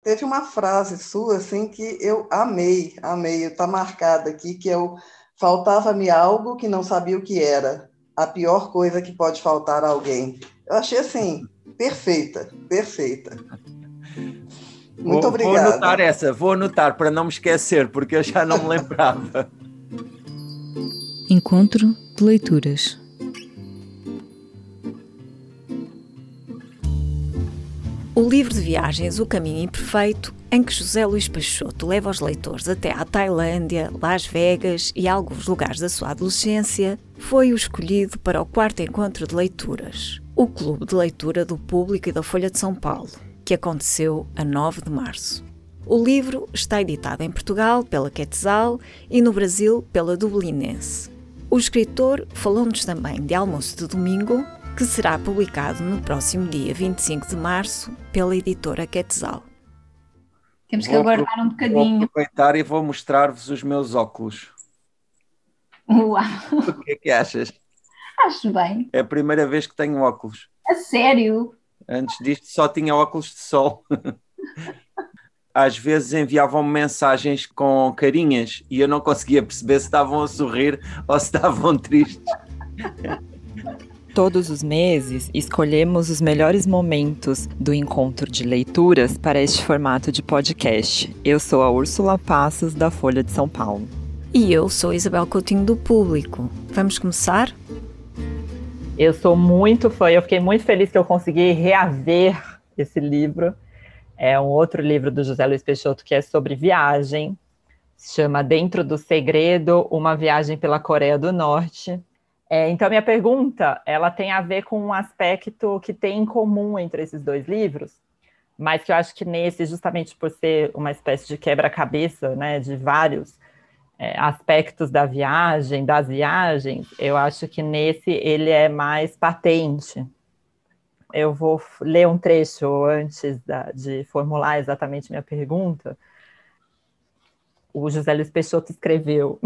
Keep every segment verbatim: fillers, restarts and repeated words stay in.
teve uma frase sua assim que eu amei, amei, está marcada aqui, que é o faltava-me algo que não sabia o que era, a pior coisa que pode faltar a alguém. Eu achei assim, perfeita, perfeita. Muito Vou, vou anotar obrigada. essa, vou anotar para não me esquecer, porque eu já não me lembrava. Encontro de leituras. O livro de viagens O Caminho Imperfeito, em que José Luís Peixoto leva os leitores até à Tailândia, Las Vegas e alguns lugares da sua adolescência, foi o escolhido para o quarto encontro de leituras, o Clube de Leitura do Público e da Folha de São Paulo, que aconteceu a nove de março. O livro está editado em Portugal pela Quetzal e no Brasil pela Dublinense. O escritor falou-nos também de Almoço de Domingo, que será publicado no próximo dia vinte e cinco de março pela editora Quetzal. Temos que Vou aguardar um bocadinho. Vou aproveitar e vou mostrar-vos os meus óculos. Uau, O que é que achas? acho bem. É a primeira vez que tenho óculos. A sério? Antes disto só tinha óculos de sol. Às vezes enviavam-me mensagens com carinhas e eu não conseguia perceber se estavam a sorrir ou se estavam tristes. Todos os meses, escolhemos os melhores momentos do encontro de leituras para este formato de podcast. Eu sou a Úrsula Passos, da Folha de São Paulo. E eu sou a Isabel Coutinho, do Público. Vamos começar? Eu sou muito fã, eu fiquei muito feliz que eu consegui reaver esse livro. É um outro livro do José Luís Peixoto que é sobre viagem. Se chama Dentro do Segredo, uma viagem pela Coreia do Norte. É, então, minha pergunta, ela tem a ver com um aspecto que tem em comum entre esses dois livros, mas que eu acho que nesse, justamente por ser uma espécie de quebra-cabeça, né, de vários é, aspectos da viagem, das viagens, eu acho que nesse ele é mais patente. Eu vou ler um trecho antes da, de formular exatamente minha pergunta. O José Luís Peixoto escreveu: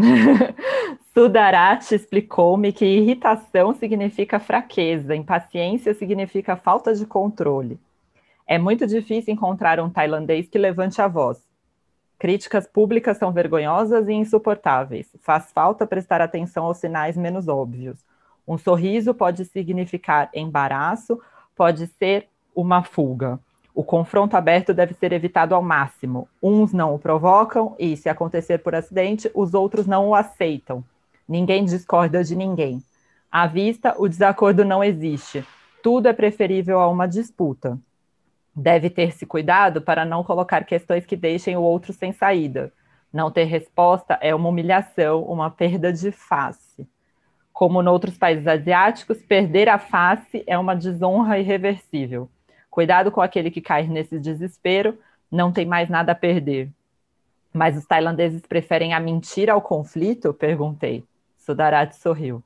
Sudarat explicou-me que irritação significa fraqueza, impaciência significa falta de controle. É muito difícil encontrar um tailandês que levante a voz. Críticas públicas são vergonhosas e insuportáveis. Faz falta prestar atenção aos sinais menos óbvios. Um sorriso pode significar embaraço, pode ser uma fuga. O confronto aberto deve ser evitado ao máximo. Uns não o provocam e, se acontecer por acidente, os outros não o aceitam. Ninguém discorda de ninguém. À vista, o desacordo não existe. Tudo é preferível a uma disputa. Deve ter-se cuidado para não colocar questões que deixem o outro sem saída. Não ter resposta é uma humilhação, uma perda de face. Como noutros países asiáticos, perder a face é uma desonra irreversível. Cuidado com aquele que cai nesse desespero, não tem mais nada a perder. Mas os tailandeses preferem a mentira ao conflito? Perguntei. Sudarat sorriu.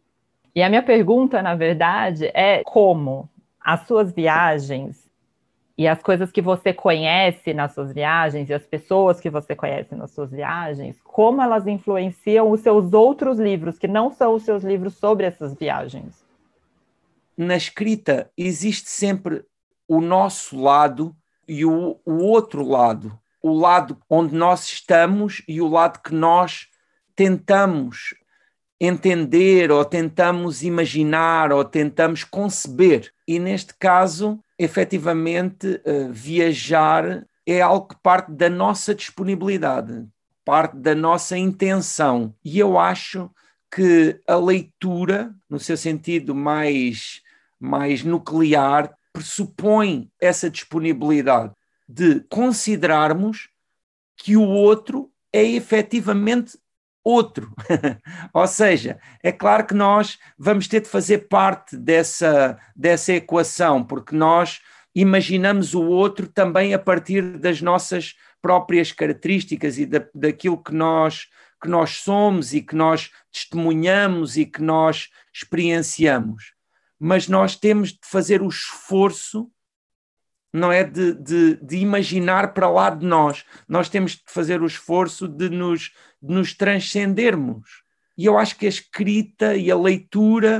E a minha pergunta, na verdade, é como as suas viagens e as coisas que você conhece nas suas viagens e as pessoas que você conhece nas suas viagens, como elas influenciam os seus outros livros, que não são os seus livros sobre essas viagens? Na escrita existe sempre o nosso lado e o, o outro lado. O lado onde nós estamos e o lado que nós tentamos entender ou tentamos imaginar ou tentamos conceber. E neste caso, efetivamente, uh, viajar é algo que parte da nossa disponibilidade, parte da nossa intenção. E eu acho que a leitura, no seu sentido mais, mais nuclear, pressupõe essa disponibilidade de considerarmos que o outro é efetivamente outro. Ou seja, é claro que nós vamos ter de fazer parte dessa, dessa equação, porque nós imaginamos o outro também a partir das nossas próprias características e da, daquilo que nós, que nós somos e que nós testemunhamos e que nós experienciamos. Mas nós temos de fazer o esforço, não é, de, de, de imaginar para lá de nós. Nós temos de fazer o esforço de nos, de nos transcendermos. E eu acho que a escrita e a leitura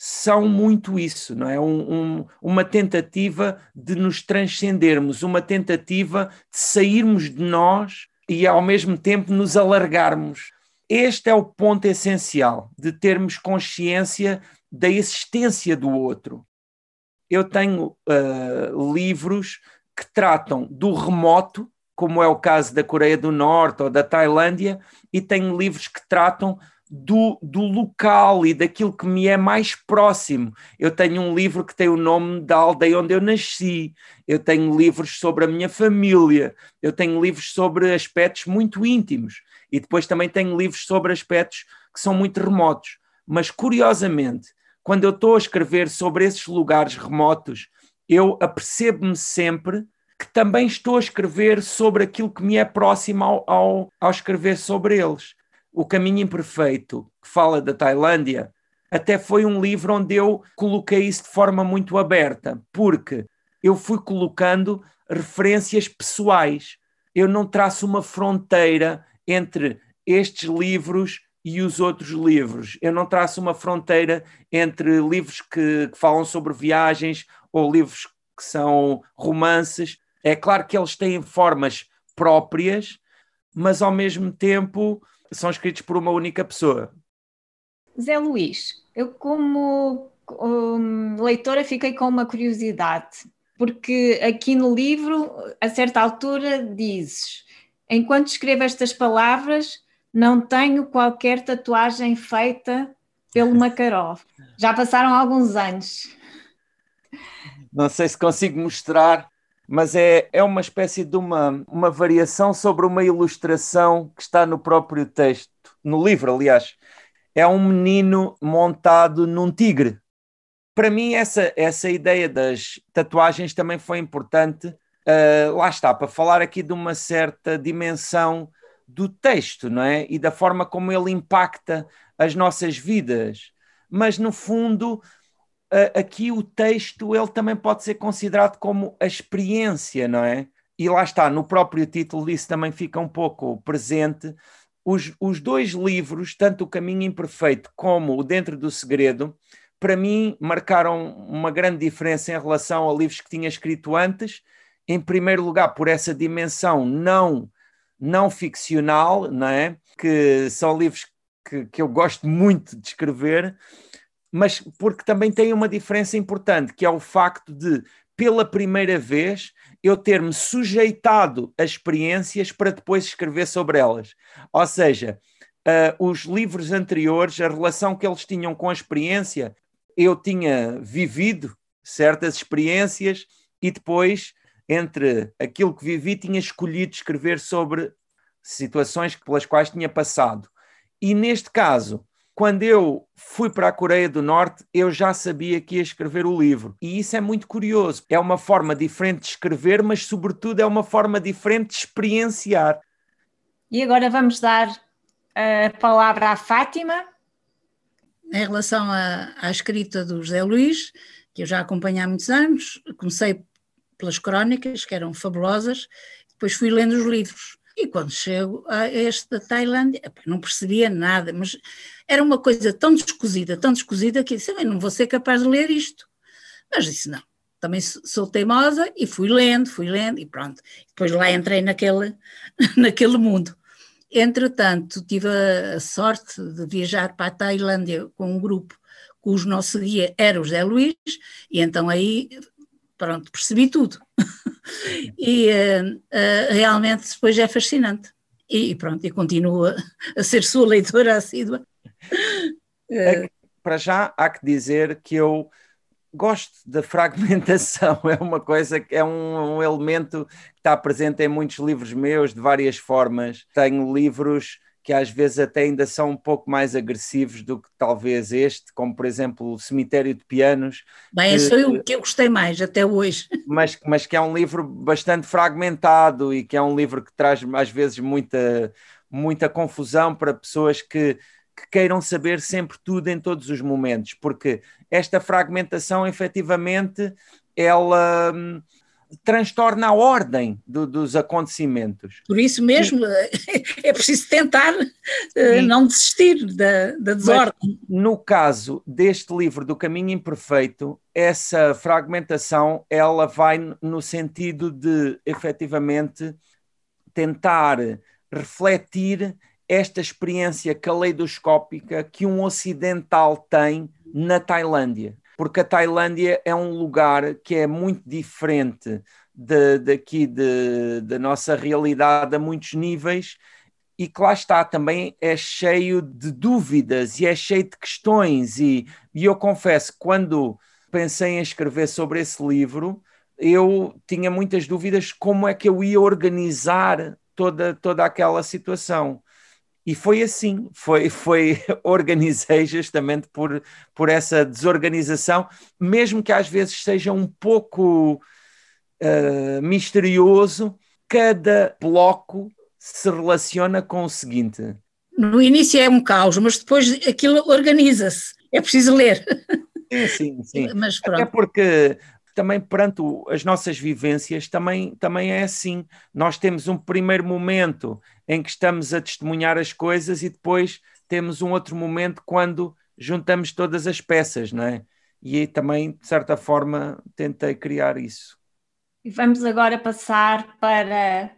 são muito isso, não é? Um, um, uma tentativa de nos transcendermos, uma tentativa de sairmos de nós e ao mesmo tempo nos alargarmos. Este é o ponto essencial, de termos consciência da existência do outro. Eu tenho uh, livros que tratam do remoto, como é o caso da Coreia do Norte ou da Tailândia, e tenho livros que tratam do, do local e daquilo que me é mais próximo. Eu tenho um livro que tem o nome da aldeia onde eu nasci, eu tenho livros sobre a minha família, eu tenho livros sobre aspectos muito íntimos e depois também tenho livros sobre aspectos que são muito remotos. Mas, curiosamente, quando eu estou a escrever sobre esses lugares remotos, eu apercebo-me sempre que também estou a escrever sobre aquilo que me é próximo ao, ao, ao escrever sobre eles. O Caminho Imperfeito, que fala da Tailândia, até foi um livro onde eu coloquei isso de forma muito aberta, porque eu fui colocando referências pessoais. Eu não traço uma fronteira entre estes livros e os outros livros. Eu não traço uma fronteira entre livros que, que falam sobre viagens ou livros que são romances. É claro que eles têm formas próprias, mas ao mesmo tempo são escritos por uma única pessoa. Zé Luís, eu como um, leitora fiquei com uma curiosidade, porque aqui no livro, a certa altura, dizes: enquanto escrevo estas palavras, não tenho qualquer tatuagem feita pelo Makarov. Já passaram alguns anos. Não sei se consigo mostrar, mas é, é uma espécie de uma, uma variação sobre uma ilustração que está no próprio texto, no livro, aliás. É um menino montado num tigre. Para mim, essa, essa ideia das tatuagens também foi importante. Uh, lá está, para falar aqui de uma certa dimensão do texto, não é? E da forma como ele impacta as nossas vidas. Mas, no fundo, uh, aqui o texto ele também pode ser considerado como a experiência, não é? E lá está, no próprio título isso também fica um pouco presente. Os, os dois livros, tanto O Caminho Imperfeito como O Dentro do Segredo, para mim marcaram uma grande diferença em relação a livros que tinha escrito antes. Em primeiro lugar, por essa dimensão não, não ficcional, não é? Que são livros que, que eu gosto muito de escrever, mas porque também tem uma diferença importante, que é o facto de, pela primeira vez, eu ter-me sujeitado a experiências para depois escrever sobre elas. Ou seja, uh, os livros anteriores, a relação que eles tinham com a experiência, eu tinha vivido certas experiências e depois, entre aquilo que vivi, tinha escolhido escrever sobre situações pelas quais tinha passado. E neste caso, quando eu fui para a Coreia do Norte, eu já sabia que ia escrever o livro. E isso é muito curioso. É uma forma diferente de escrever, mas, sobretudo, é uma forma diferente de experienciar. E agora vamos dar a palavra à Fátima. Em relação à, à escrita do José Luís, que eu já acompanho há muitos anos, comecei pelas crónicas, que eram fabulosas, depois fui lendo os livros. E quando chego a este da Tailândia, não percebia nada, mas era uma coisa tão descosida, tão descosida, que eu disse: eu não vou ser capaz de ler isto. Mas disse: não, também sou teimosa, e fui lendo, fui lendo, e pronto. Depois lá entrei naquele, naquele mundo. Entretanto, tive a sorte de viajar para a Tailândia com um grupo cujo nosso guia era o José Luís, e então aí, pronto, percebi tudo. E uh, uh, realmente depois é fascinante. E pronto, e continua a ser sua leitora assídua. É, para já há que dizer que eu gosto da fragmentação, é uma coisa que é um, um elemento que está presente em muitos livros meus de várias formas. Tenho livros que às vezes até ainda são um pouco mais agressivos do que talvez este, como por exemplo O Cemitério de Pianos. Bem, esse foi o que eu gostei mais até hoje. Mas, mas que é um livro bastante fragmentado e que é um livro que traz às vezes muita, muita confusão para pessoas que, que queiram saber sempre tudo em todos os momentos, porque esta fragmentação efetivamente ela transtorna a ordem do, dos acontecimentos. Por isso mesmo é preciso tentar uh, não desistir da, da desordem. Mas, no caso deste livro do Caminho Imperfeito, essa fragmentação ela vai no sentido de, efetivamente, tentar refletir esta experiência caleidoscópica que um ocidental tem na Tailândia. Porque a Tailândia é um lugar que é muito diferente de, daqui de, da nossa realidade a muitos níveis e que lá está, também é cheio de dúvidas e é cheio de questões e, e eu confesso que quando pensei em escrever sobre esse livro eu tinha muitas dúvidas como é que eu ia organizar toda, toda aquela situação. E foi assim, foi, foi, organizei justamente por, por essa desorganização, mesmo que às vezes seja um pouco uh, misterioso, cada bloco se relaciona com o seguinte. No início é um caos, mas depois aquilo organiza-se, é preciso ler. Sim, sim, sim. Mas pronto. Até porque também perante as nossas vivências também, também é assim. Nós temos um primeiro momento em que estamos a testemunhar as coisas e depois temos um outro momento quando juntamos todas as peças, não é? E aí também, de certa forma, tentei criar isso. E vamos agora passar para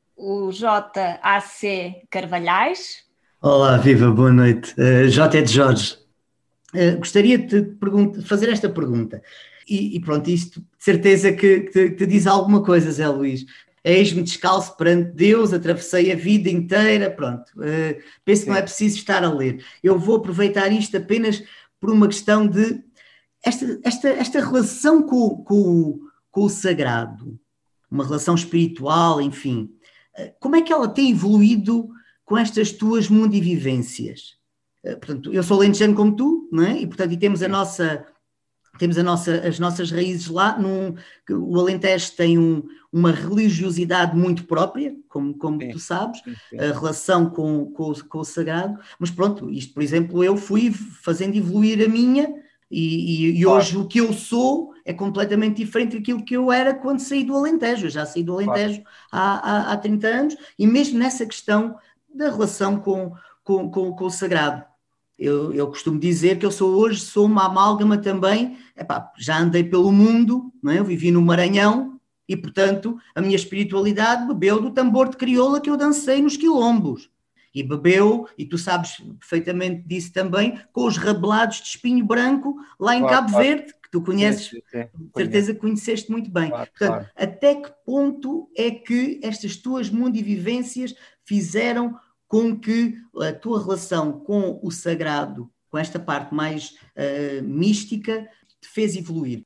o J A C Carvalhais. Olá, viva, boa noite. Uh, J é de Jorge. Uh, gostaria de te fazer esta pergunta. E, e pronto, isto de certeza que, que, te, que te diz alguma coisa, Zé Luís. Eis-me descalço perante Deus, atravessei a vida inteira, pronto. Uh, penso que não é preciso estar a ler. Eu vou aproveitar isto apenas por uma questão de esta, esta, esta relação com, com, com o sagrado, uma relação espiritual, enfim. Uh, como é que ela tem evoluído com estas tuas mundivivências? Uh, portanto, eu sou alentejano como tu, não é? E portanto, e temos a nossa... Temos a nossa, as nossas raízes lá, num, o Alentejo tem um, uma religiosidade muito própria, como, como sim, tu sabes, sim, sim. A relação com, com, com o sagrado, mas pronto, isto por exemplo eu fui fazendo evoluir a minha e, e, e claro. Hoje o que eu sou é completamente diferente daquilo que eu era quando saí do Alentejo, eu já saí do Alentejo claro. há, há, há trinta anos e mesmo nessa questão da relação com, com, com, com o sagrado. Eu, eu costumo dizer que eu sou hoje, sou uma amálgama também, epá, já andei pelo mundo, não é? Eu vivi no Maranhão e, portanto, a minha espiritualidade bebeu do tambor de crioula que eu dancei nos quilombos. E bebeu, e tu sabes perfeitamente disso também, com os rabelados de espinho branco lá em claro, Cabo claro. Verde, que tu conheces, sim, sim, sim. de certeza que conheceste muito bem. Claro, portanto, claro. Até que ponto é que estas tuas mundivivências fizeram com que a tua relação com o sagrado, com esta parte mais uh, mística, te fez evoluir?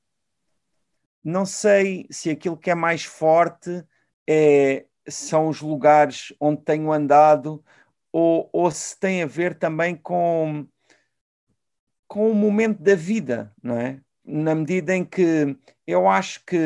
Não sei se aquilo que é mais forte é, são os lugares onde tenho andado ou, ou se tem a ver também com, com o momento da vida, não é? Na medida em que eu acho que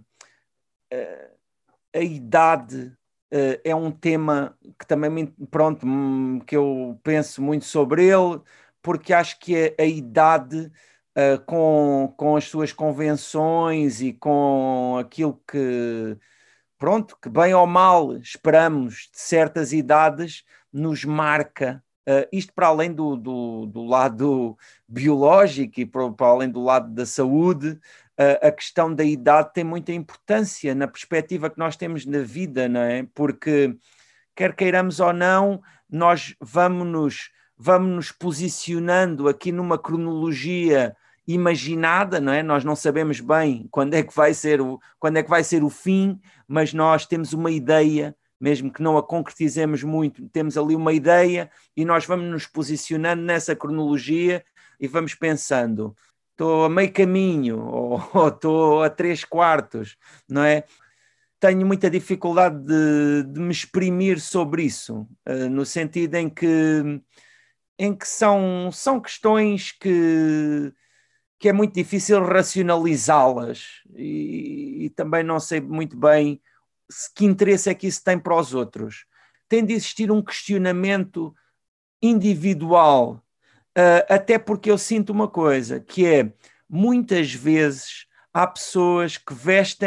uh, a idade Uh, é um tema que também, pronto, que eu penso muito sobre ele, porque acho que a, a idade, uh, com, com as suas convenções e com aquilo que, pronto, que bem ou mal esperamos de certas idades, nos marca. Uh, isto para além do, do, do lado biológico e para, para além do lado da saúde, a questão da idade tem muita importância na perspectiva que nós temos na vida, não é? Porque, quer queiramos ou não, nós vamos-nos vamos-nos posicionando aqui numa cronologia imaginada, não é? Nós não sabemos bem quando é que vai ser o, quando é que vai ser o fim, mas nós temos uma ideia, mesmo que não a concretizemos muito, temos ali uma ideia e nós vamos nos posicionando nessa cronologia e vamos pensando... estou a meio caminho, ou, ou estou a três quartos, não é? Tenho muita dificuldade de, de me exprimir sobre isso, uh, no sentido em que, em que são, são questões que, que é muito difícil racionalizá-las e, e também não sei muito bem se, que interesse é que isso tem para os outros. Tem de existir um questionamento individual. Uh, até porque eu sinto uma coisa, que é, muitas vezes há pessoas que vestem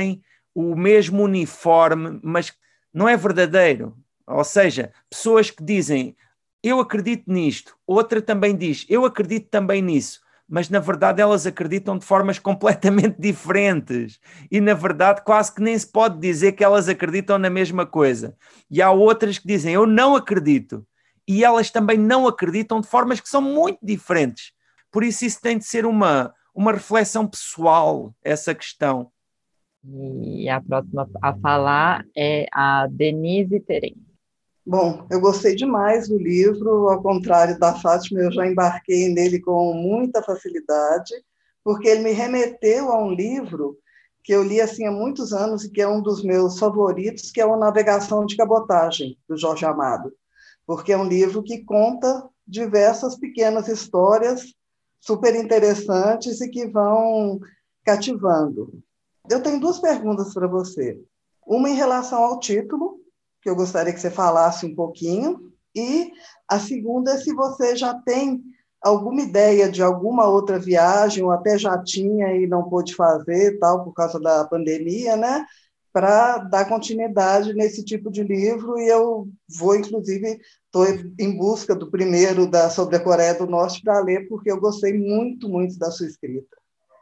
o mesmo uniforme, mas não é verdadeiro. Ou seja, pessoas que dizem eu acredito nisto, outra também diz eu acredito também nisso, mas na verdade elas acreditam de formas completamente diferentes e na verdade quase que nem se pode dizer que elas acreditam na mesma coisa. E há outras que dizem eu não acredito e elas também não acreditam de formas que são muito diferentes. Por isso isso tem de ser uma, uma reflexão pessoal, essa questão. E a próxima a falar é a Denise Terem. Bom, eu gostei demais do livro, ao contrário da Fátima, eu já embarquei nele com muita facilidade, porque ele me remeteu a um livro que eu li assim, há muitos anos e que é um dos meus favoritos, que é o Navegação de Cabotagem, do Jorge Amado, porque é um livro que conta diversas pequenas histórias super interessantes e que vão cativando. Eu tenho duas perguntas para você. Uma em relação ao título, que eu gostaria que você falasse um pouquinho, e a segunda é se você já tem alguma ideia de alguma outra viagem, ou até já tinha e não pôde fazer, tal, por causa da pandemia, né? Para dar continuidade nesse tipo de livro, e eu vou, inclusive, estou em busca do primeiro da, sobre a Coreia do Norte para ler, porque eu gostei muito, muito da sua escrita.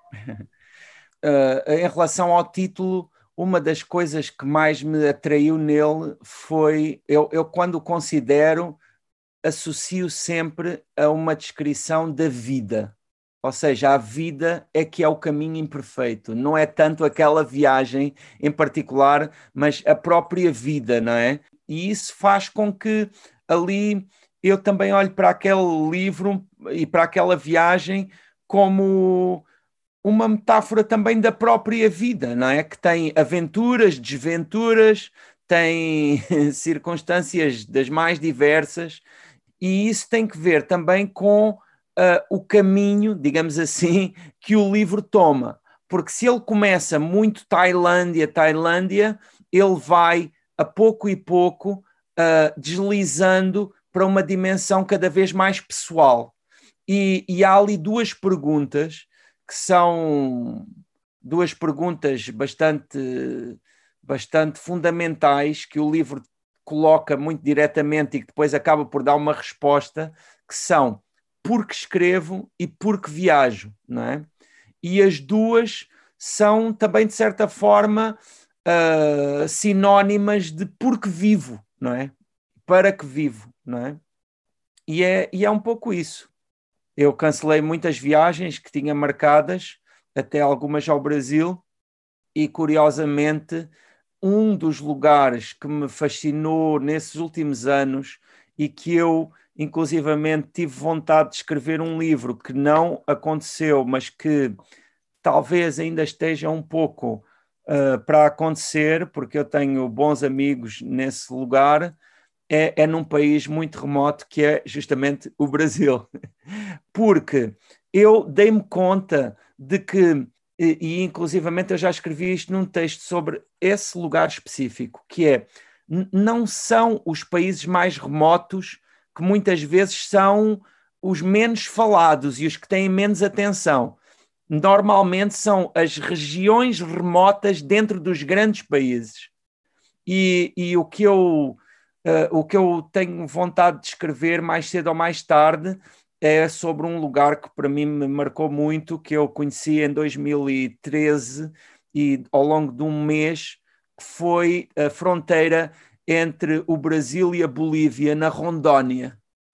Uh, em relação ao título, uma das coisas que mais me atraiu nele foi, eu, eu quando o considero, associo sempre a uma descrição da vida. Ou seja, a vida é que é o caminho imperfeito. Não é tanto aquela viagem em particular, mas a própria vida, não é? E isso faz com que ali eu também olhe para aquele livro e para aquela viagem como uma metáfora também da própria vida, não é? Que tem aventuras, desventuras, tem circunstâncias das mais diversas, e isso tem que ver também com uh, o caminho, digamos assim, que o livro toma. Porque se ele começa muito Tailândia, Tailândia, ele vai a pouco e pouco uh, deslizando para uma dimensão cada vez mais pessoal. E, e há ali duas perguntas que são duas perguntas bastante, bastante fundamentais que o livro coloca muito diretamente e que depois acaba por dar uma resposta, que são por que escrevo e por que viajo, não é? E as duas são também, de certa forma, uh, sinónimas de por que vivo, não é? Para que vivo, não é? E é, e é um pouco isso. Eu cancelei muitas viagens que tinha marcadas, até algumas ao Brasil, e curiosamente um dos lugares que me fascinou nesses últimos anos e que eu inclusivamente tive vontade de escrever um livro que não aconteceu, mas que talvez ainda esteja um pouco uh, para acontecer, porque eu tenho bons amigos nesse lugar, É, é num país muito remoto que é justamente o Brasil. Porque eu dei-me conta de que, e, e inclusivamente eu já escrevi isto num texto sobre esse lugar específico, que é, não são os países mais remotos que muitas vezes são os menos falados e os que têm menos atenção. Normalmente são as regiões remotas dentro dos grandes países. E, e o que eu... Uh, o que eu tenho vontade de escrever mais cedo ou mais tarde é sobre um lugar que para mim me marcou muito, que eu conheci em dois mil e treze e ao longo de um mês, que foi a fronteira entre o Brasil e a Bolívia, na Rondônia,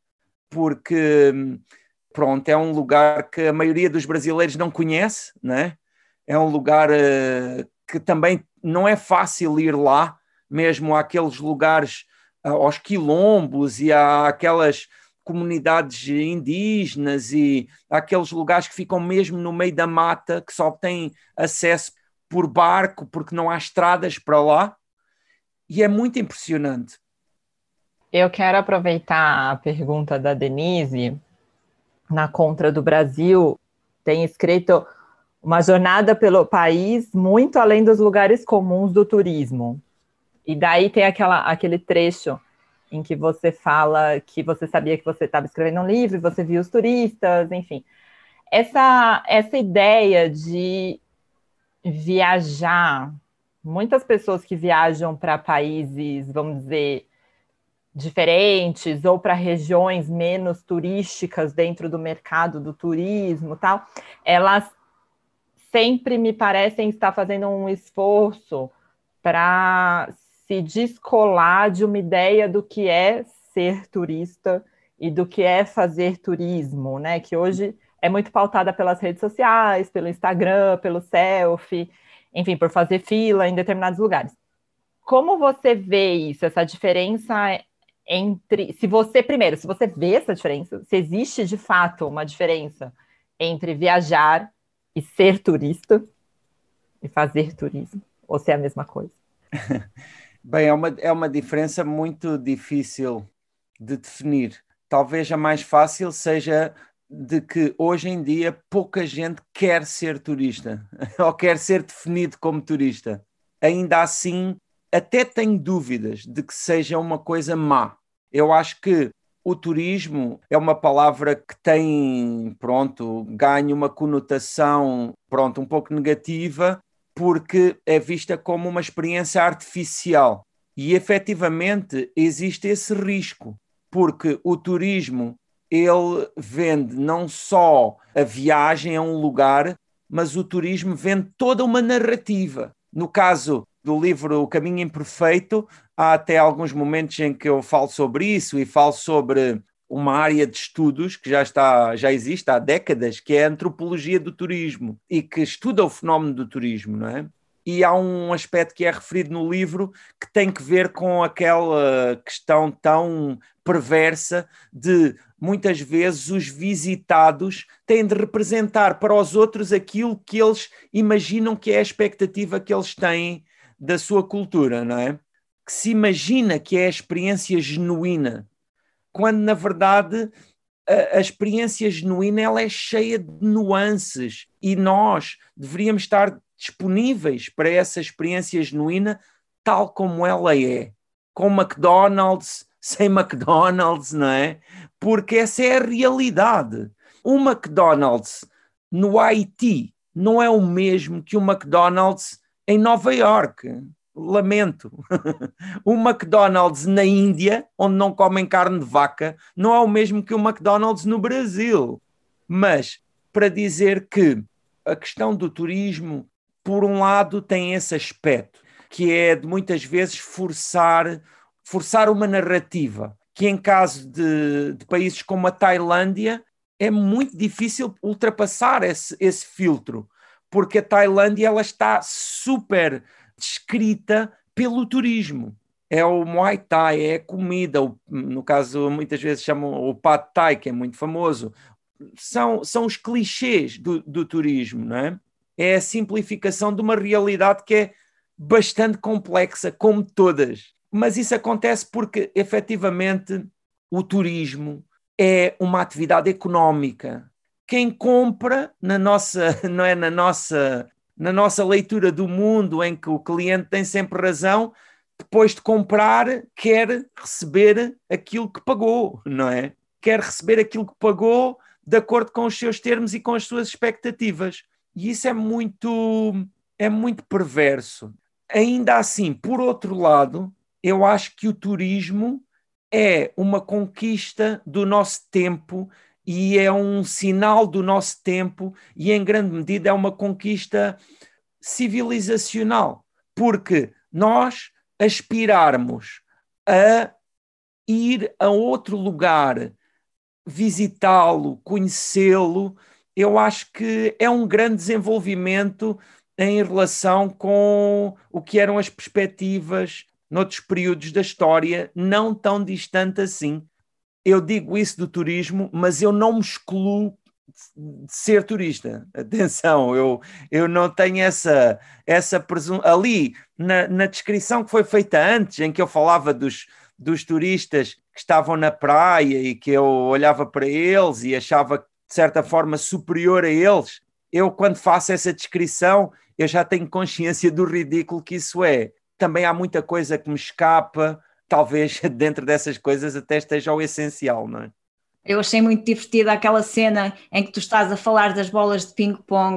porque pronto, é um lugar que a maioria dos brasileiros não conhece, né? É um lugar uh, que também não é fácil ir lá, mesmo àqueles lugares, aos quilombos e àquelas comunidades indígenas e àqueles lugares que ficam mesmo no meio da mata, que só têm acesso por barco, porque não há estradas para lá, e é muito impressionante. Eu quero aproveitar a pergunta da Denise. Na Contra do Brasil, tem escrito uma jornada pelo país muito além dos lugares comuns do turismo. E daí tem aquela, aquele trecho em que você fala que você sabia que você estava escrevendo um livro, você viu os turistas, enfim. Essa, essa ideia de viajar muitas pessoas que viajam para países, vamos dizer, diferentes ou para regiões menos turísticas dentro do mercado do turismo, tal, elas sempre me parecem estar fazendo um esforço para se descolar de uma ideia do que é ser turista e do que é fazer turismo, né? Que hoje é muito pautada pelas redes sociais, pelo Instagram, pelo selfie, enfim, por fazer fila em determinados lugares. Como você vê isso, essa diferença entre... Se você, primeiro, se você vê essa diferença, se existe de fato uma diferença entre viajar e ser turista e fazer turismo, ou se é a mesma coisa? Bem, é uma, é uma diferença muito difícil de definir. Talvez a mais fácil seja de que hoje em dia pouca gente quer ser turista ou quer ser definido como turista. Ainda assim, até tenho dúvidas de que seja uma coisa má. Eu acho que o turismo é uma palavra que tem, pronto, ganha uma conotação, pronto, um pouco negativa, porque é vista como uma experiência artificial. E, efetivamente, existe esse risco, porque o turismo, ele vende não só a viagem a um lugar, mas o turismo vende toda uma narrativa. No caso do livro O Caminho Imperfeito, há até alguns momentos em que eu falo sobre isso e falo sobre uma área de estudos que já, está, já existe há décadas, que é a antropologia do turismo e que estuda o fenómeno do turismo, não é? E há um aspecto que é referido no livro que tem que ver com aquela questão tão perversa de, muitas vezes, os visitados têm de representar para os outros aquilo que eles imaginam que é a expectativa que eles têm da sua cultura, não é? Que se imagina que é a experiência genuína, quando, na verdade, a, a experiência genuína ela é cheia de nuances e nós deveríamos estar disponíveis para essa experiência genuína tal como ela é, com McDonald's, sem McDonald's, não é? Porque essa é a realidade. Um McDonald's no Haiti não é o mesmo que um McDonald's em Nova Iorque. Lamento. Um McDonald's na Índia, onde não comem carne de vaca, não é o mesmo que um McDonald's no Brasil. Mas, para dizer que a questão do turismo, por um lado, tem esse aspecto, que é de muitas vezes forçar, forçar uma narrativa, que em caso de, de países como a Tailândia, é muito difícil ultrapassar esse, esse filtro, porque a Tailândia ela está super descrita pelo turismo. É o Muay Thai, é a comida, o, no caso muitas vezes chamam o Pad Thai, que é muito famoso. São, são os clichês do, do turismo, não é? É a simplificação de uma realidade que é bastante complexa, como todas. Mas isso acontece porque, efetivamente, o turismo é uma atividade económica. Quem compra, na nossa, não é, na nossa, na nossa leitura do mundo, em que o cliente tem sempre razão, depois de comprar, quer receber aquilo que pagou, não é? Quer receber aquilo que pagou de acordo com os seus termos e com as suas expectativas. E isso é muito, é muito perverso. Ainda assim, por outro lado, eu acho que o turismo é uma conquista do nosso tempo e é um sinal do nosso tempo e, em grande medida, é uma conquista civilizacional, porque nós aspirarmos a ir a outro lugar, visitá-lo, conhecê-lo, eu acho que é um grande desenvolvimento em relação com o que eram as perspectivas noutros períodos da história, não tão distante assim. Eu digo isso do turismo, mas eu não me excluo de ser turista. Atenção, eu, eu não tenho essa, essa presunção. Ali, na, na descrição que foi feita antes, em que eu falava dos, dos turistas que estavam na praia e que eu olhava para eles e achava, de certa forma, superior a eles, eu, quando faço essa descrição, eu já tenho consciência do ridículo que isso é. Também há muita coisa que me escapa, talvez dentro dessas coisas até esteja o essencial, não é? Eu achei muito divertida aquela cena em que tu estás a falar das bolas de ping-pong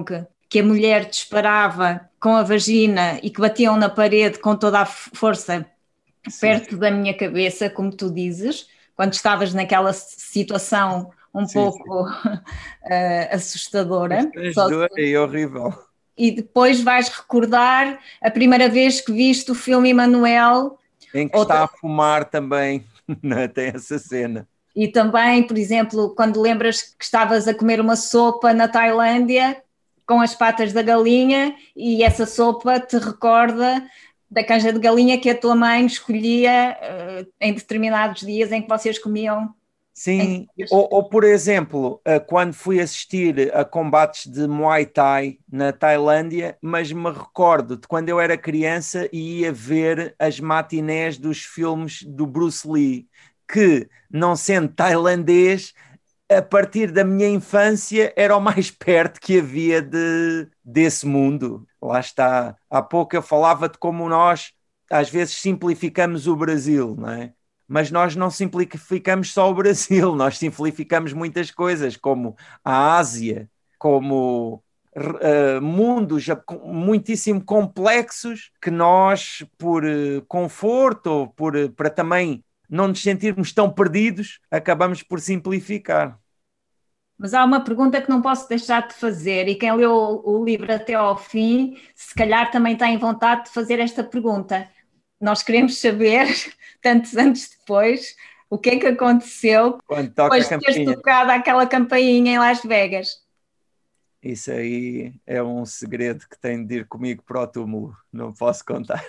que a mulher disparava com a vagina e que batiam na parede com toda a força perto da minha cabeça, como tu dizes, quando estavas naquela situação um sim, pouco sim. Uh, assustadora. Constrangedora e horrível. E depois vais recordar a primeira vez que viste o filme Emanuel. Em que outra... está a fumar também, tem essa cena. E também, por exemplo, quando lembras que estavas a comer uma sopa na Tailândia com as patas da galinha e essa sopa te recorda da canja de galinha que a tua mãe escolhia uh, em determinados dias em que vocês comiam. Sim, ou, ou por exemplo, uh, quando fui assistir a combates de Muay Thai na Tailândia, mas me recordo de quando eu era criança e ia ver as matinés dos filmes do Bruce Lee, que, não sendo tailandês, a partir da minha infância era o mais perto que havia de, desse mundo. Lá está. Há pouco eu falava de como nós, às vezes, simplificamos o Brasil, não é? Mas nós não simplificamos só o Brasil, nós simplificamos muitas coisas, como a Ásia, como uh, mundos muitíssimo complexos que nós, por uh, conforto, ou por, uh, para também não nos sentirmos tão perdidos, acabamos por simplificar. Mas há uma pergunta que não posso deixar de fazer, e quem leu o livro até ao fim, se calhar também tem vontade de fazer esta pergunta. Nós queremos saber, tantos anos depois, o que é que aconteceu depois de teres tocado aquela campainha em Las Vegas. Isso aí é um segredo que tem de ir comigo para o túmulo, não posso contar.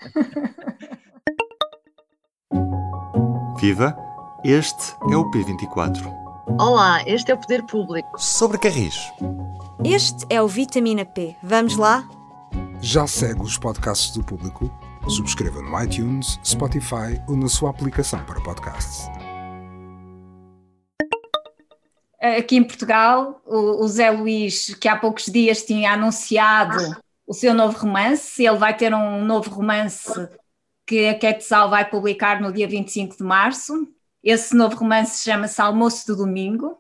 Viva! Este é o P vinte e quatro. Olá, este é o Poder Público. Sobre Carris. Este é o Vitamina P. Vamos lá? Já segue os podcasts do Público? Subscreva no iTunes, Spotify ou na sua aplicação para podcasts. Aqui em Portugal, o Zé Luís, que há poucos dias tinha anunciado o seu novo romance, ele vai ter um novo romance que a Quetzal vai publicar no dia vinte e cinco de março. Esse novo romance chama-se Almoço do Domingo.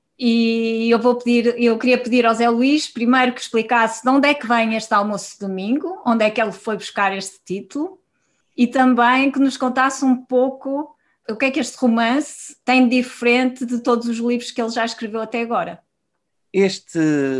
E eu vou pedir, eu queria pedir ao Zé Luís primeiro que explicasse de onde é que vem este Almoço de Domingo, onde é que ele foi buscar este título, e também que nos contasse um pouco o que é que este romance tem de diferente de todos os livros que ele já escreveu até agora. Este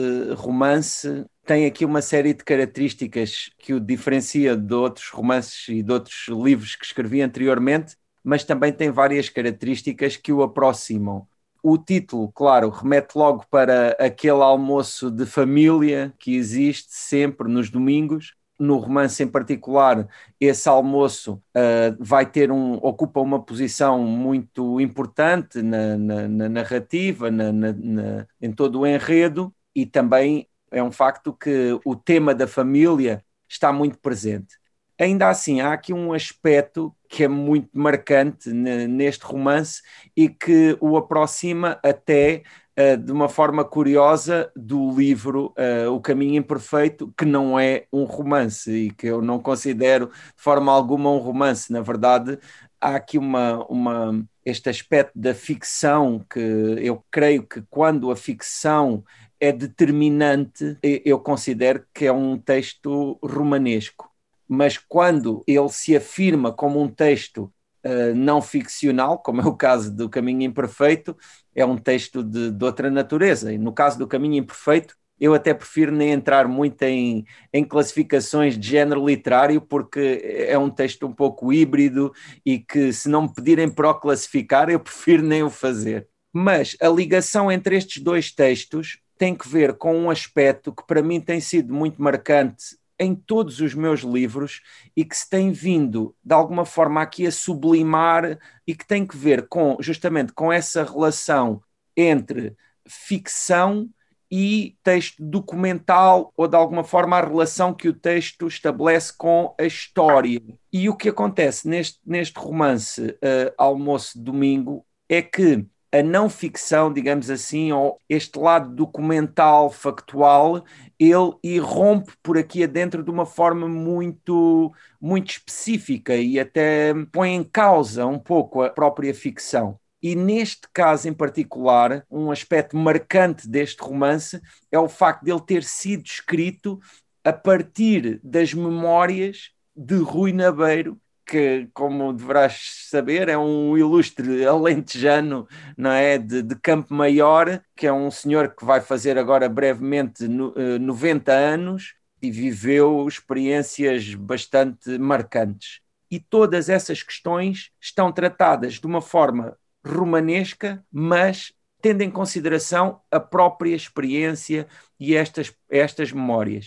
romance tem aqui uma série de características que o diferencia de outros romances e de outros livros que escrevi anteriormente, mas também tem várias características que o aproximam. O título, claro, remete logo para aquele almoço de família que existe sempre nos domingos. No romance em particular, esse almoço uh, vai ter um, ocupa uma posição muito importante na, na, na narrativa, na, na, na, em todo o enredo, e também é um facto que o tema da família está muito presente. Ainda assim, há aqui um aspecto que é muito marcante neste romance e que o aproxima até uh, de uma forma curiosa do livro uh, O Caminho Imperfeito, que não é um romance e que eu não considero de forma alguma um romance. Na verdade, há aqui uma, uma, este aspecto da ficção que eu creio que quando a ficção é determinante, eu considero que é um texto romanesco. Mas quando ele se afirma como um texto uh, não ficcional, como é o caso do Caminho Imperfeito, é um texto de, de outra natureza. E no caso do Caminho Imperfeito, eu até prefiro nem entrar muito em, em classificações de género literário, porque é um texto um pouco híbrido e que, se não me pedirem para o classificar, eu prefiro nem o fazer. Mas a ligação entre estes dois textos tem que ver com um aspecto que para mim tem sido muito marcante em todos os meus livros e que se tem vindo, de alguma forma, aqui a sublimar e que tem que ver com, justamente com essa relação entre ficção e texto documental, ou de alguma forma a relação que o texto estabelece com a história. E o que acontece neste, neste romance uh, Almoço de Domingo é que a não ficção, digamos assim, ou este lado documental, factual, ele irrompe por aqui adentro de uma forma muito, muito específica e até põe em causa um pouco a própria ficção. E neste caso em particular, um aspecto marcante deste romance é o facto de ele ter sido escrito a partir das memórias de Rui Nabeiro, que, como deverás saber, é um ilustre alentejano, não é? de, de Campo Maior, que é um senhor que vai fazer agora brevemente no, noventa anos e viveu experiências bastante marcantes. E todas essas questões estão tratadas de uma forma romanesca, mas tendo em consideração a própria experiência e estas, estas memórias.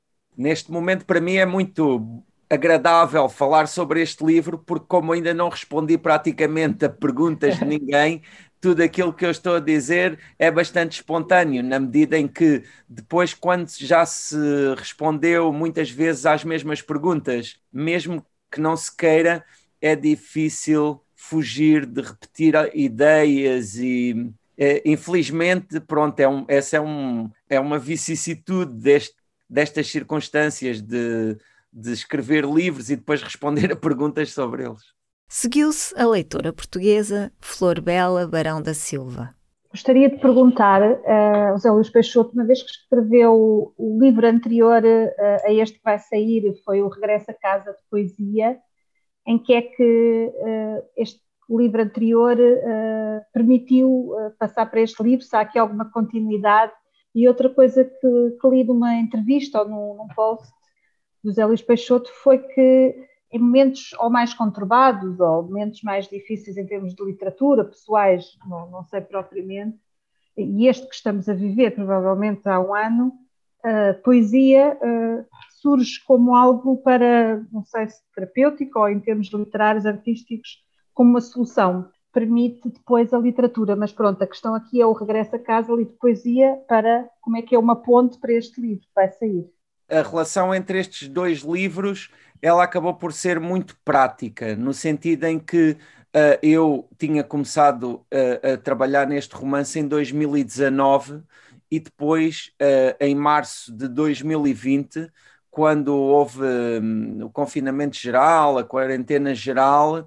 Neste momento, para mim, é muito agradável falar sobre este livro, porque como ainda não respondi praticamente a perguntas de ninguém, tudo aquilo que eu estou a dizer é bastante espontâneo, na medida em que depois, quando já se respondeu muitas vezes às mesmas perguntas, mesmo que não se queira, é difícil fugir de repetir ideias e, é, infelizmente, pronto, é um, essa é, um, é uma vicissitude deste, destas circunstâncias de, de escrever livros e depois responder a perguntas sobre eles. Seguiu-se a leitora portuguesa Flor Bela Barão da Silva. Gostaria de perguntar uh, ao José Luís Peixoto, uma vez que escreveu o livro anterior uh, a este que vai sair, foi o Regresso a Casa de Poesia, em que é que uh, este livro anterior uh, permitiu uh, passar para este livro, se há aqui alguma continuidade. E outra coisa que, que li numa entrevista ou num, num post do José Luís Peixoto foi que em momentos ou mais conturbados ou momentos mais difíceis em termos de literatura, pessoais, não, não sei propriamente, e este que estamos a viver provavelmente há um ano, a poesia uh, surge como algo para, não sei se terapêutico ou em termos literários, artísticos, como uma solução. Permite depois a literatura, mas pronto, a questão aqui é o regresso a casa, livro de poesia, para como é que é uma ponte para este livro que vai sair. A relação entre estes dois livros, ela acabou por ser muito prática, no sentido em que uh, eu tinha começado uh, a trabalhar neste romance em dois mil e dezanove e depois, uh, em março de dois mil e vinte, quando houve um, o confinamento geral, a quarentena geral,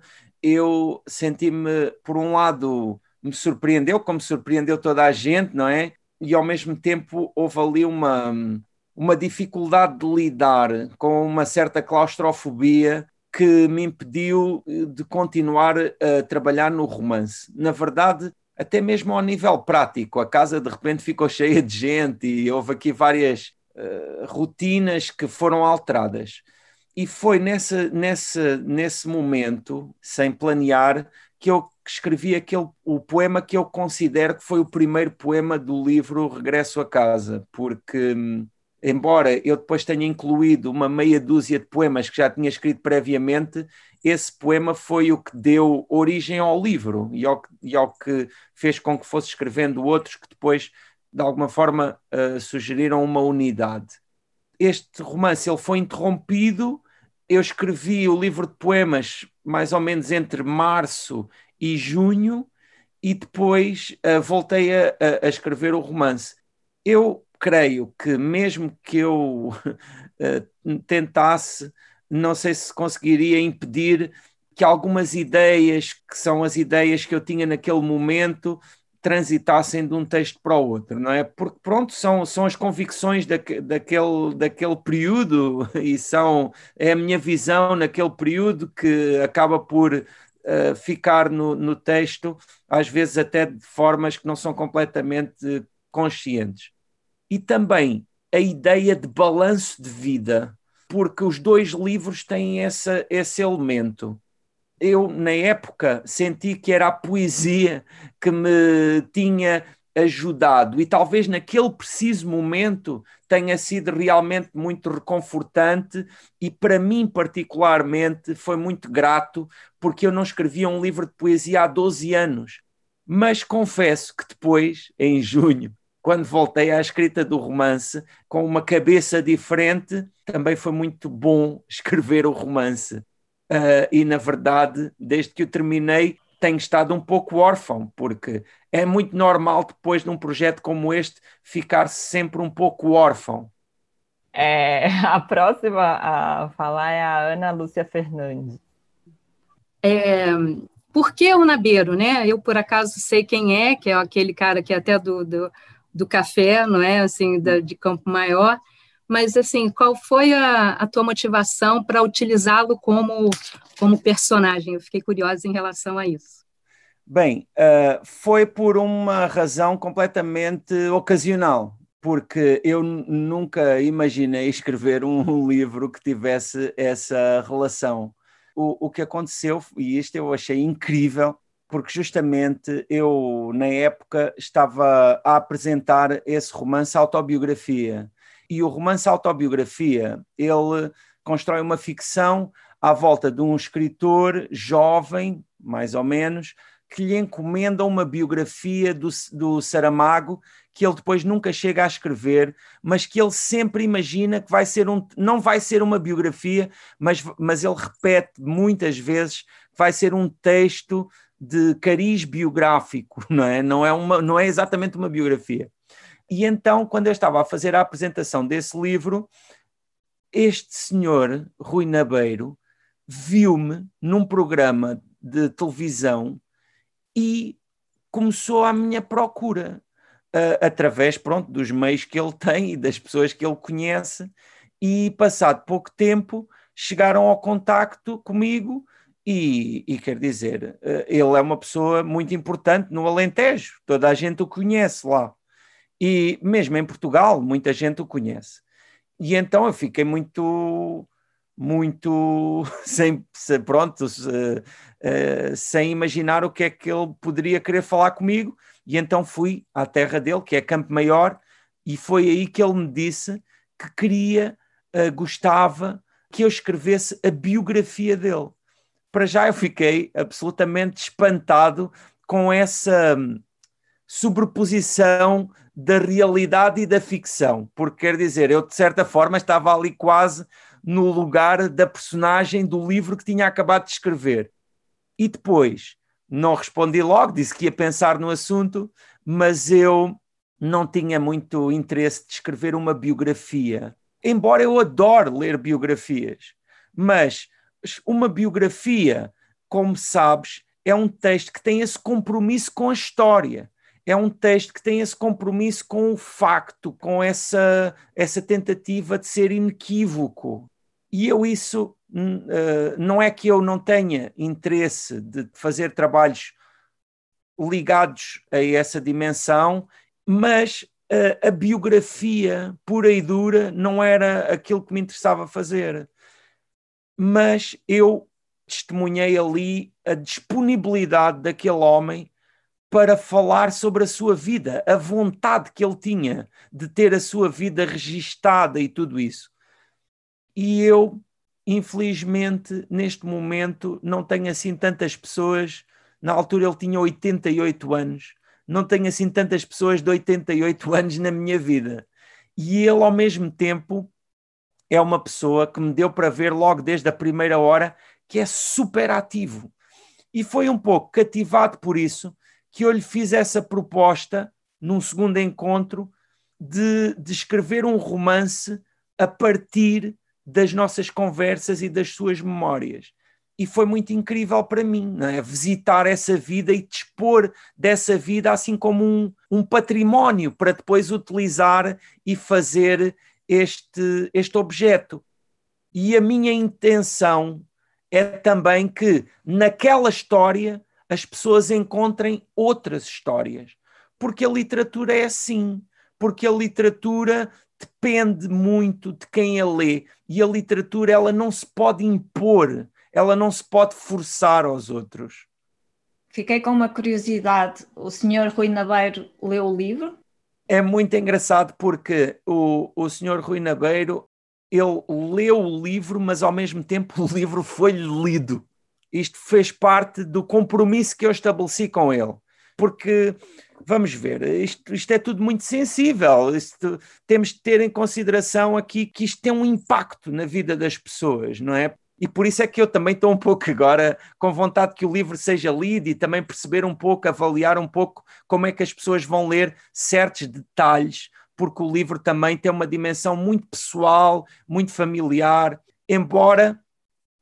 eu senti-me, por um lado, me surpreendeu, como surpreendeu toda a gente, não é? E ao mesmo tempo houve ali uma... uma dificuldade de lidar com uma certa claustrofobia que me impediu de continuar a trabalhar no romance. Na verdade, até mesmo ao nível prático, a casa de repente ficou cheia de gente e houve aqui várias uh, rotinas que foram alteradas. E foi nessa, nessa, nesse momento, sem planear, que eu escrevi aquele, o poema que eu considero que foi o primeiro poema do livro Regresso a Casa, porque... embora eu depois tenha incluído uma meia dúzia de poemas que já tinha escrito previamente, esse poema foi o que deu origem ao livro e ao, e ao que fez com que fosse escrevendo outros que depois, de alguma forma, uh, sugeriram uma unidade. Este romance ele foi interrompido, eu escrevi o livro de poemas mais ou menos entre março e junho e depois uh, voltei a, a, a escrever o romance. Eu creio que mesmo que eu uh, tentasse, não sei se conseguiria impedir que algumas ideias, que são as ideias que eu tinha naquele momento, transitassem de um texto para o outro, não é? Porque, pronto, são, são as convicções daque, daquele, daquele período e são, é a minha visão naquele período que acaba por uh, ficar no, no texto, às vezes até de formas que não são completamente conscientes. E também a ideia de balanço de vida, porque os dois livros têm essa, esse elemento. Eu, na época, senti que era a poesia que me tinha ajudado e talvez naquele preciso momento tenha sido realmente muito reconfortante e para mim particularmente foi muito grato porque eu não escrevia um livro de poesia há doze anos. Mas confesso que depois, em junho, quando voltei à escrita do romance, com uma cabeça diferente, também foi muito bom escrever o romance. Uh, e, na verdade, desde que eu terminei, tenho estado um pouco órfão, porque é muito normal, depois de um projeto como este, ficar-se sempre um pouco órfão. É, a próxima a falar é a Ana Lúcia Fernandes. É, por que o Nabeiro, né? Eu, por acaso, sei quem é, que é aquele cara que é até do, do, do café, não é? Assim, da, de Campo Maior. Mas, assim, qual foi a, a tua motivação para utilizá-lo como, como personagem? Eu fiquei curiosa em relação a isso. Bem, uh, foi por uma razão completamente ocasional, porque eu nunca imaginei escrever um livro que tivesse essa relação. O, o que aconteceu, e isto eu achei incrível, porque justamente eu, na época, estava a apresentar esse romance autobiografia. E o romance autobiografia, ele constrói uma ficção à volta de um escritor jovem, mais ou menos, que lhe encomenda uma biografia do, do Saramago, que ele depois nunca chega a escrever, mas que ele sempre imagina que vai ser um, não vai ser uma biografia, mas, mas ele repete muitas vezes que vai ser um texto de cariz biográfico, não é? Não é, uma, não é exatamente uma biografia. E então, quando eu estava a fazer a apresentação desse livro, este senhor, Rui Nabeiro, viu-me num programa de televisão e começou a minha procura, uh, através, pronto, dos meios que ele tem e das pessoas que ele conhece, e passado pouco tempo chegaram ao contacto comigo e, e quer dizer, uh, ele é uma pessoa muito importante no Alentejo, toda a gente o conhece lá, e mesmo em Portugal muita gente o conhece. E então eu fiquei muito... muito sem, pronto, sem imaginar o que é que ele poderia querer falar comigo, e então fui à terra dele, que é Campo Maior, e foi aí que ele me disse que queria, gostava que eu escrevesse a biografia dele. Para já eu fiquei absolutamente espantado com essa sobreposição da realidade e da ficção, porque quer dizer, eu de certa forma estava ali quase no lugar da personagem do livro que tinha acabado de escrever. E depois, não respondi logo, disse que ia pensar no assunto, mas eu não tinha muito interesse de escrever uma biografia, embora eu adore ler biografias, mas uma biografia, como sabes, é um texto que tem esse compromisso com a história. É um texto que tem esse compromisso com o facto, com essa, essa tentativa de ser inequívoco. E eu isso, uh, não é que eu não tenha interesse de fazer trabalhos ligados a essa dimensão, mas uh, a biografia pura e dura não era aquilo que me interessava fazer. Mas eu testemunhei ali a disponibilidade daquele homem para falar sobre a sua vida, a vontade que ele tinha de ter a sua vida registada e tudo isso. E eu, infelizmente, neste momento, não tenho assim tantas pessoas, na altura ele tinha oitenta e oito anos, não tenho assim tantas pessoas de oitenta e oito anos na minha vida. E ele, ao mesmo tempo, é uma pessoa que me deu para ver logo desde a primeira hora que é super ativo. E foi um pouco cativado por isso que eu lhe fiz essa proposta, num segundo encontro, de, de escrever um romance a partir das nossas conversas e das suas memórias. E foi muito incrível para mim, não é? Visitar essa vida e dispor dessa vida assim como um, um património para depois utilizar e fazer este, este objeto. E a minha intenção é também que naquela história as pessoas encontrem outras histórias, porque a literatura é assim, porque a literatura depende muito de quem a lê, e a literatura ela não se pode impor, ela não se pode forçar aos outros. Fiquei com uma curiosidade, o senhor Rui Nabeiro leu o livro? É muito engraçado porque o, o senhor Rui Nabeiro, ele leu o livro, mas ao mesmo tempo o livro foi-lhe lido. Isto fez parte do compromisso que eu estabeleci com ele. Porque, vamos ver, isto, isto é tudo muito sensível. Isto, temos de ter em consideração aqui que isto tem um impacto na vida das pessoas, não é? E por isso é que eu também estou um pouco agora com vontade que o livro seja lido e também perceber um pouco, avaliar um pouco como é que as pessoas vão ler certos detalhes, porque o livro também tem uma dimensão muito pessoal, muito familiar, embora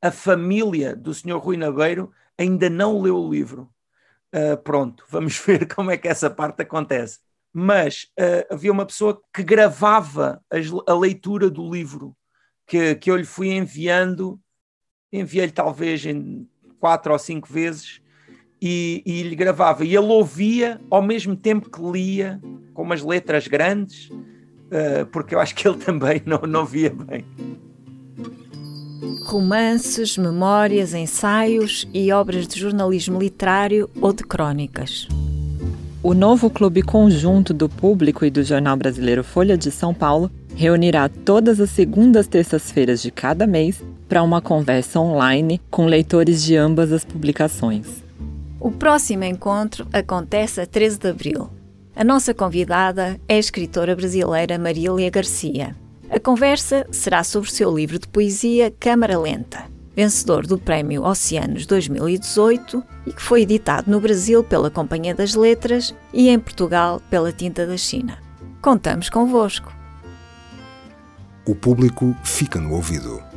a família do senhor Rui Nabeiro ainda não leu o livro. Uh, pronto, vamos ver como é que essa parte acontece. Mas uh, havia uma pessoa que gravava a, a leitura do livro, que, que eu lhe fui enviando, enviei-lhe talvez em quatro ou cinco vezes, e, e lhe gravava. E ele ouvia ao mesmo tempo que lia, com umas letras grandes, uh, porque eu acho que ele também não, não via bem. Romances, memórias, ensaios e obras de jornalismo literário ou de crónicas. O novo Clube Conjunto do Público e do Jornal Brasileiro Folha de São Paulo reunirá todas as segundas terças-feiras de cada mês para uma conversa online com leitores de ambas as publicações. O próximo encontro acontece a treze de abril. A nossa convidada é a escritora brasileira Marília Garcia. A conversa será sobre o seu livro de poesia Câmara Lenta, vencedor do Prémio Oceanos dois mil e dezoito e que foi editado no Brasil pela Companhia das Letras e em Portugal pela Tinta da China. Contamos convosco. O público fica no ouvido.